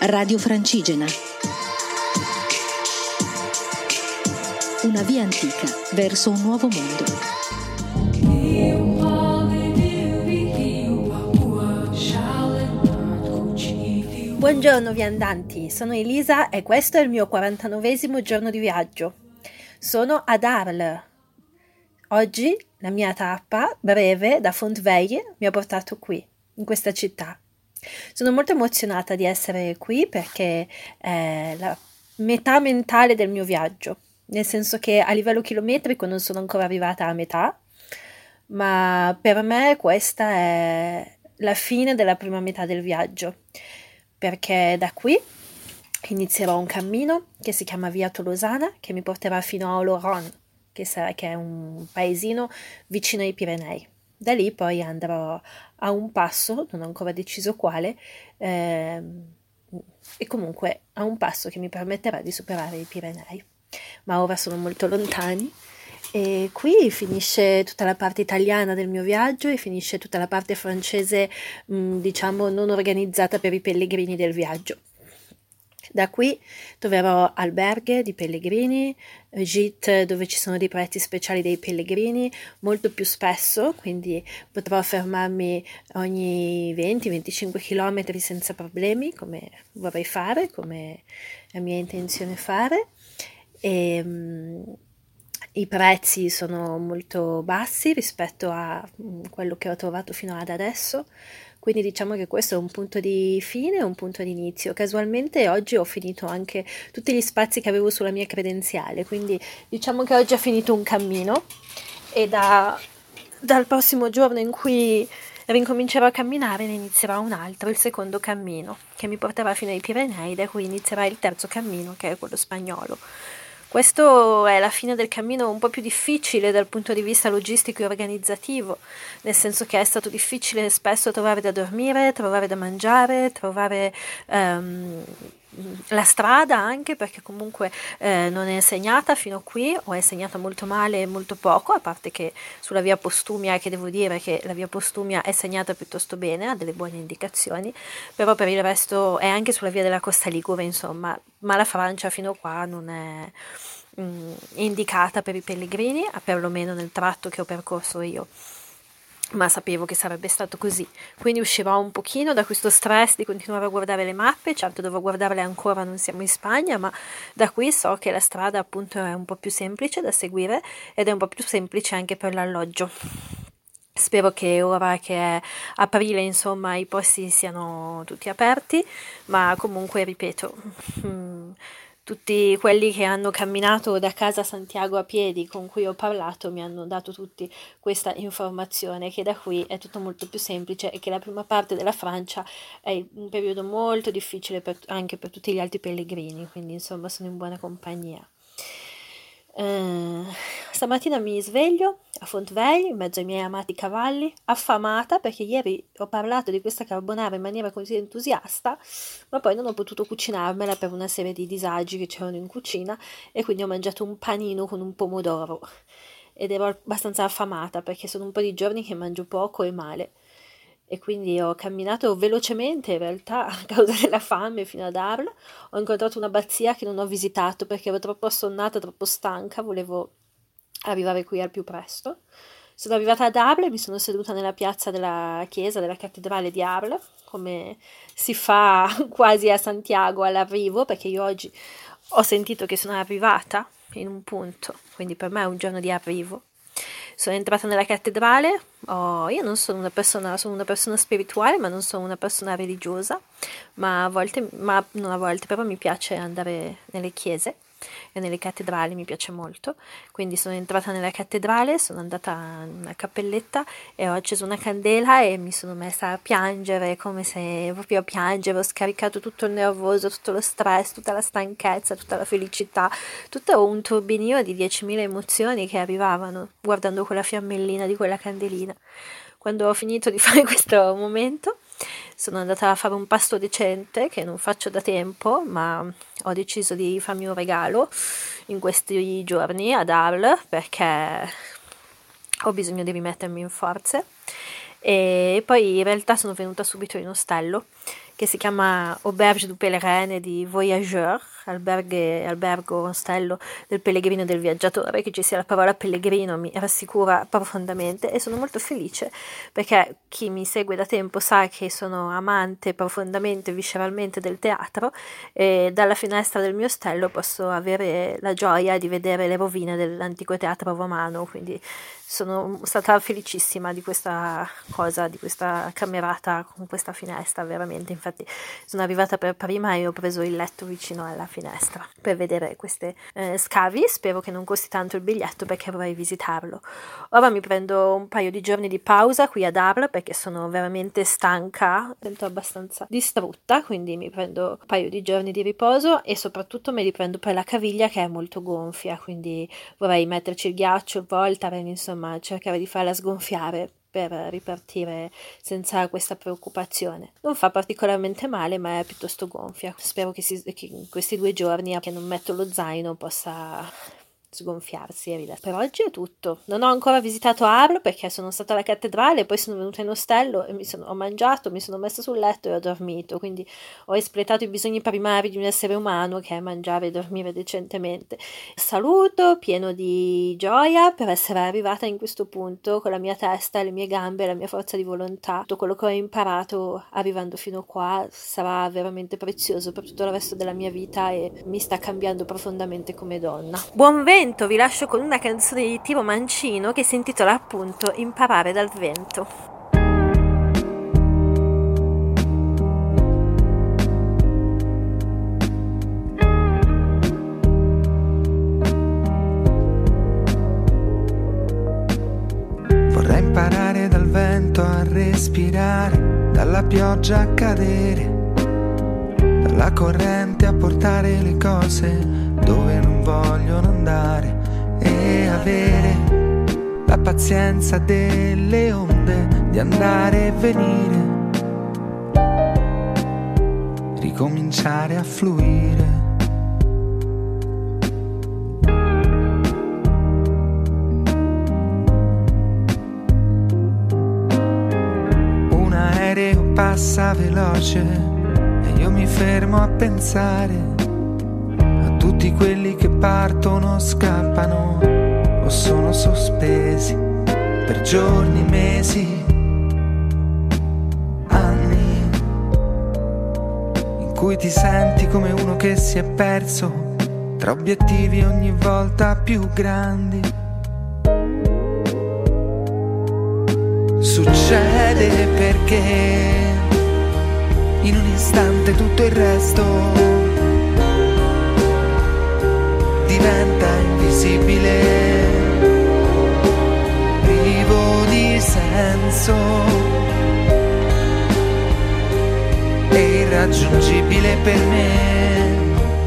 Radio Francigena. Una via antica verso un nuovo mondo. Buongiorno viandanti, sono Elisa e questo è il mio 49esimo giorno di viaggio. Sono ad Arles. Oggi la mia tappa breve da Fontveglie mi ha portato qui, in questa città. Sono molto emozionata di essere qui perché è la metà mentale del mio viaggio, nel senso che a livello chilometrico non sono ancora arrivata a metà, ma per me questa è la fine della prima metà del viaggio, perché da qui inizierò un cammino che si chiama Via Tolosana, che mi porterà fino a Oloron, che è un paesino vicino ai Pirenei. Da lì poi andrò a un passo, non ho ancora deciso quale, e comunque a un passo che mi permetterà di superare i Pirenei. Ma ora sono molto lontani e qui finisce tutta la parte italiana del mio viaggio e finisce tutta la parte francese, diciamo non organizzata per i pellegrini del viaggio. Da qui troverò alberghe di pellegrini, gite dove ci sono dei prezzi speciali dei pellegrini molto più spesso, quindi potrò fermarmi ogni 20-25 km senza problemi, come vorrei fare, come è mia intenzione fare. E i prezzi sono molto bassi rispetto a quello che ho trovato fino ad adesso. Quindi diciamo che questo è un punto di fine e un punto di inizio. Casualmente oggi ho finito anche tutti gli spazi che avevo sulla mia credenziale, quindi diciamo che oggi ho finito un cammino e dal prossimo giorno in cui rincomincerò a camminare ne inizierà un altro, il secondo cammino, che mi porterà fino ai Pirenei, da cui inizierà il terzo cammino, che è quello spagnolo. Questo è la fine del cammino un po' più difficile dal punto di vista logistico e organizzativo, nel senso che è stato difficile spesso trovare da dormire, trovare da mangiare, trovare la strada anche, perché comunque non è segnata fino a qui, o è segnata molto male e molto poco, a parte che sulla via Postumia, che devo dire che la via Postumia è segnata piuttosto bene, ha delle buone indicazioni, però per il resto è anche sulla via della Costa Ligure, insomma, ma la Francia fino a qua non è indicata per i pellegrini, perlomeno nel tratto che ho percorso io, ma sapevo che sarebbe stato così, quindi uscirò un pochino da questo stress di continuare a guardare le mappe. Certo dovrò guardarle ancora, non siamo in Spagna, ma da qui so che la strada appunto è un po' più semplice da seguire ed è un po' più semplice anche per l'alloggio. Spero che ora che è aprile, insomma, i posti siano tutti aperti, ma comunque, ripeto, tutti quelli che hanno camminato da casa a Santiago a piedi con cui ho parlato mi hanno dato tutti questa informazione, che da qui è tutto molto più semplice e che la prima parte della Francia è un periodo molto difficile anche per tutti gli altri pellegrini, quindi insomma sono in buona compagnia. Stamattina mi sveglio a Fontveglie in mezzo ai miei amati cavalli, affamata perché ieri ho parlato di questa carbonara in maniera così entusiasta, ma poi non ho potuto cucinarmela per una serie di disagi che c'erano in cucina e quindi ho mangiato un panino con un pomodoro ed ero abbastanza affamata perché sono un po' di giorni che mangio poco e male. E quindi ho camminato velocemente in realtà a causa della fame fino ad Arles. Ho incontrato un'abbazia che non ho visitato perché ero troppo assonnata, troppo stanca, volevo arrivare qui al più presto. Sono arrivata ad Arles e mi sono seduta nella piazza della chiesa, della cattedrale di Arles, come si fa quasi a Santiago all'arrivo, perché io oggi ho sentito che sono arrivata in un punto, quindi per me è un giorno di arrivo. Sono entrata nella cattedrale, io non sono una persona, sono una persona spirituale, ma non sono una persona religiosa, ma non a volte, però mi piace andare nelle chiese e nelle cattedrali, mi piace molto. Quindi sono entrata nella cattedrale, sono andata in una cappelletta e ho acceso una candela e mi sono messa a piangere, come se proprio a piangere, ho scaricato tutto il nervoso, tutto lo stress, tutta la stanchezza, tutta la felicità, tutto un turbinio di 10.000 emozioni che arrivavano guardando quella fiammellina di quella candelina. Quando ho finito di fare questo momento sono andata a fare un pasto decente che non faccio da tempo, ma ho deciso di farmi un regalo in questi giorni ad Arles perché ho bisogno di rimettermi in forze. E poi in realtà sono venuta subito in ostello che si chiama Auberge du Pèlerin di Voyageur, albergo ostello del pellegrino, del viaggiatore. Che ci sia la parola pellegrino mi rassicura profondamente, e sono molto felice perché chi mi segue da tempo sa che sono amante profondamente, visceralmente del teatro, e dalla finestra del mio ostello posso avere la gioia di vedere le rovine dell'antico teatro romano, quindi sono stata felicissima di questa cosa, di questa camerata con questa finestra, veramente. Infatti sono arrivata per prima e ho preso il letto vicino alla finestra per vedere queste scavi. Spero che non costi tanto il biglietto perché vorrei visitarlo. Ora mi prendo un paio di giorni di pausa qui ad Arles perché sono veramente stanca, sento abbastanza distrutta, quindi mi prendo un paio di giorni di riposo e soprattutto me li prendo per la caviglia che è molto gonfia, quindi vorrei metterci il ghiaccio, il Voltaren, insomma cercare di farla sgonfiare per ripartire senza questa preoccupazione. Non fa particolarmente male, ma è piuttosto gonfia. Spero che in questi 2 giorni che non metto lo zaino possa sgonfiarsi e rilassare. Per oggi è tutto. Non ho ancora visitato Arles perché sono stata alla cattedrale, poi sono venuta in ostello e ho mangiato, mi sono messa sul letto e ho dormito, quindi ho espletato i bisogni primari di un essere umano, che è mangiare e dormire decentemente. Saluto pieno di gioia per essere arrivata in questo punto con la mia testa, le mie gambe, la mia forza di volontà. Tutto quello che ho imparato arrivando fino qua sarà veramente prezioso per tutto il resto della mia vita e mi sta cambiando profondamente come donna. Buon vento! Vi lascio con una canzone di Timo Mancino che si intitola appunto Imparare dal vento. Vorrei imparare dal vento a respirare, dalla pioggia a cadere, dalla corrente a portare le cose dove non vogliono andare, e avere la pazienza delle onde di andare e venire, ricominciare a fluire. Un aereo passa veloce e io mi fermo a pensare tutti quelli che partono, scappano o sono sospesi per giorni, mesi, anni, in cui ti senti come uno che si è perso tra obiettivi ogni volta più grandi. Succede perché in un istante tutto il resto diventa invisibile, privo di senso e irraggiungibile per me.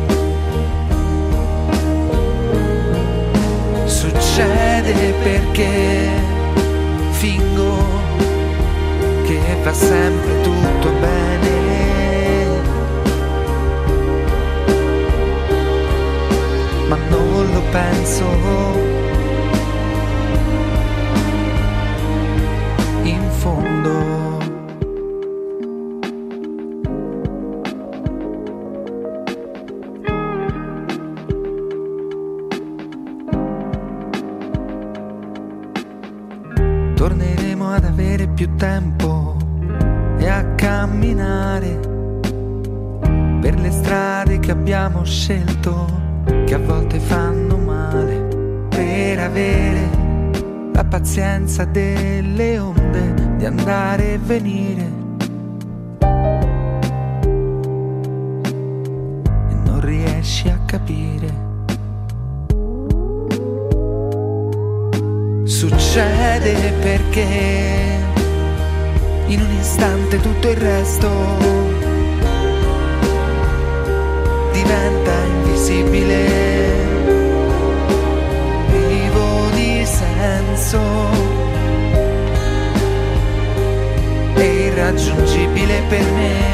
Succede perché fingo che va sempre tutto bene, ma non lo penso in fondo. Torneremo ad avere più tempo e a camminare per le strade che abbiamo scelto, che a volte fanno male, per avere la pazienza delle onde di andare e venire, e non riesci a capire. Succede perché in un istante tutto il resto diventa invisibile, privo di senso e irraggiungibile per me.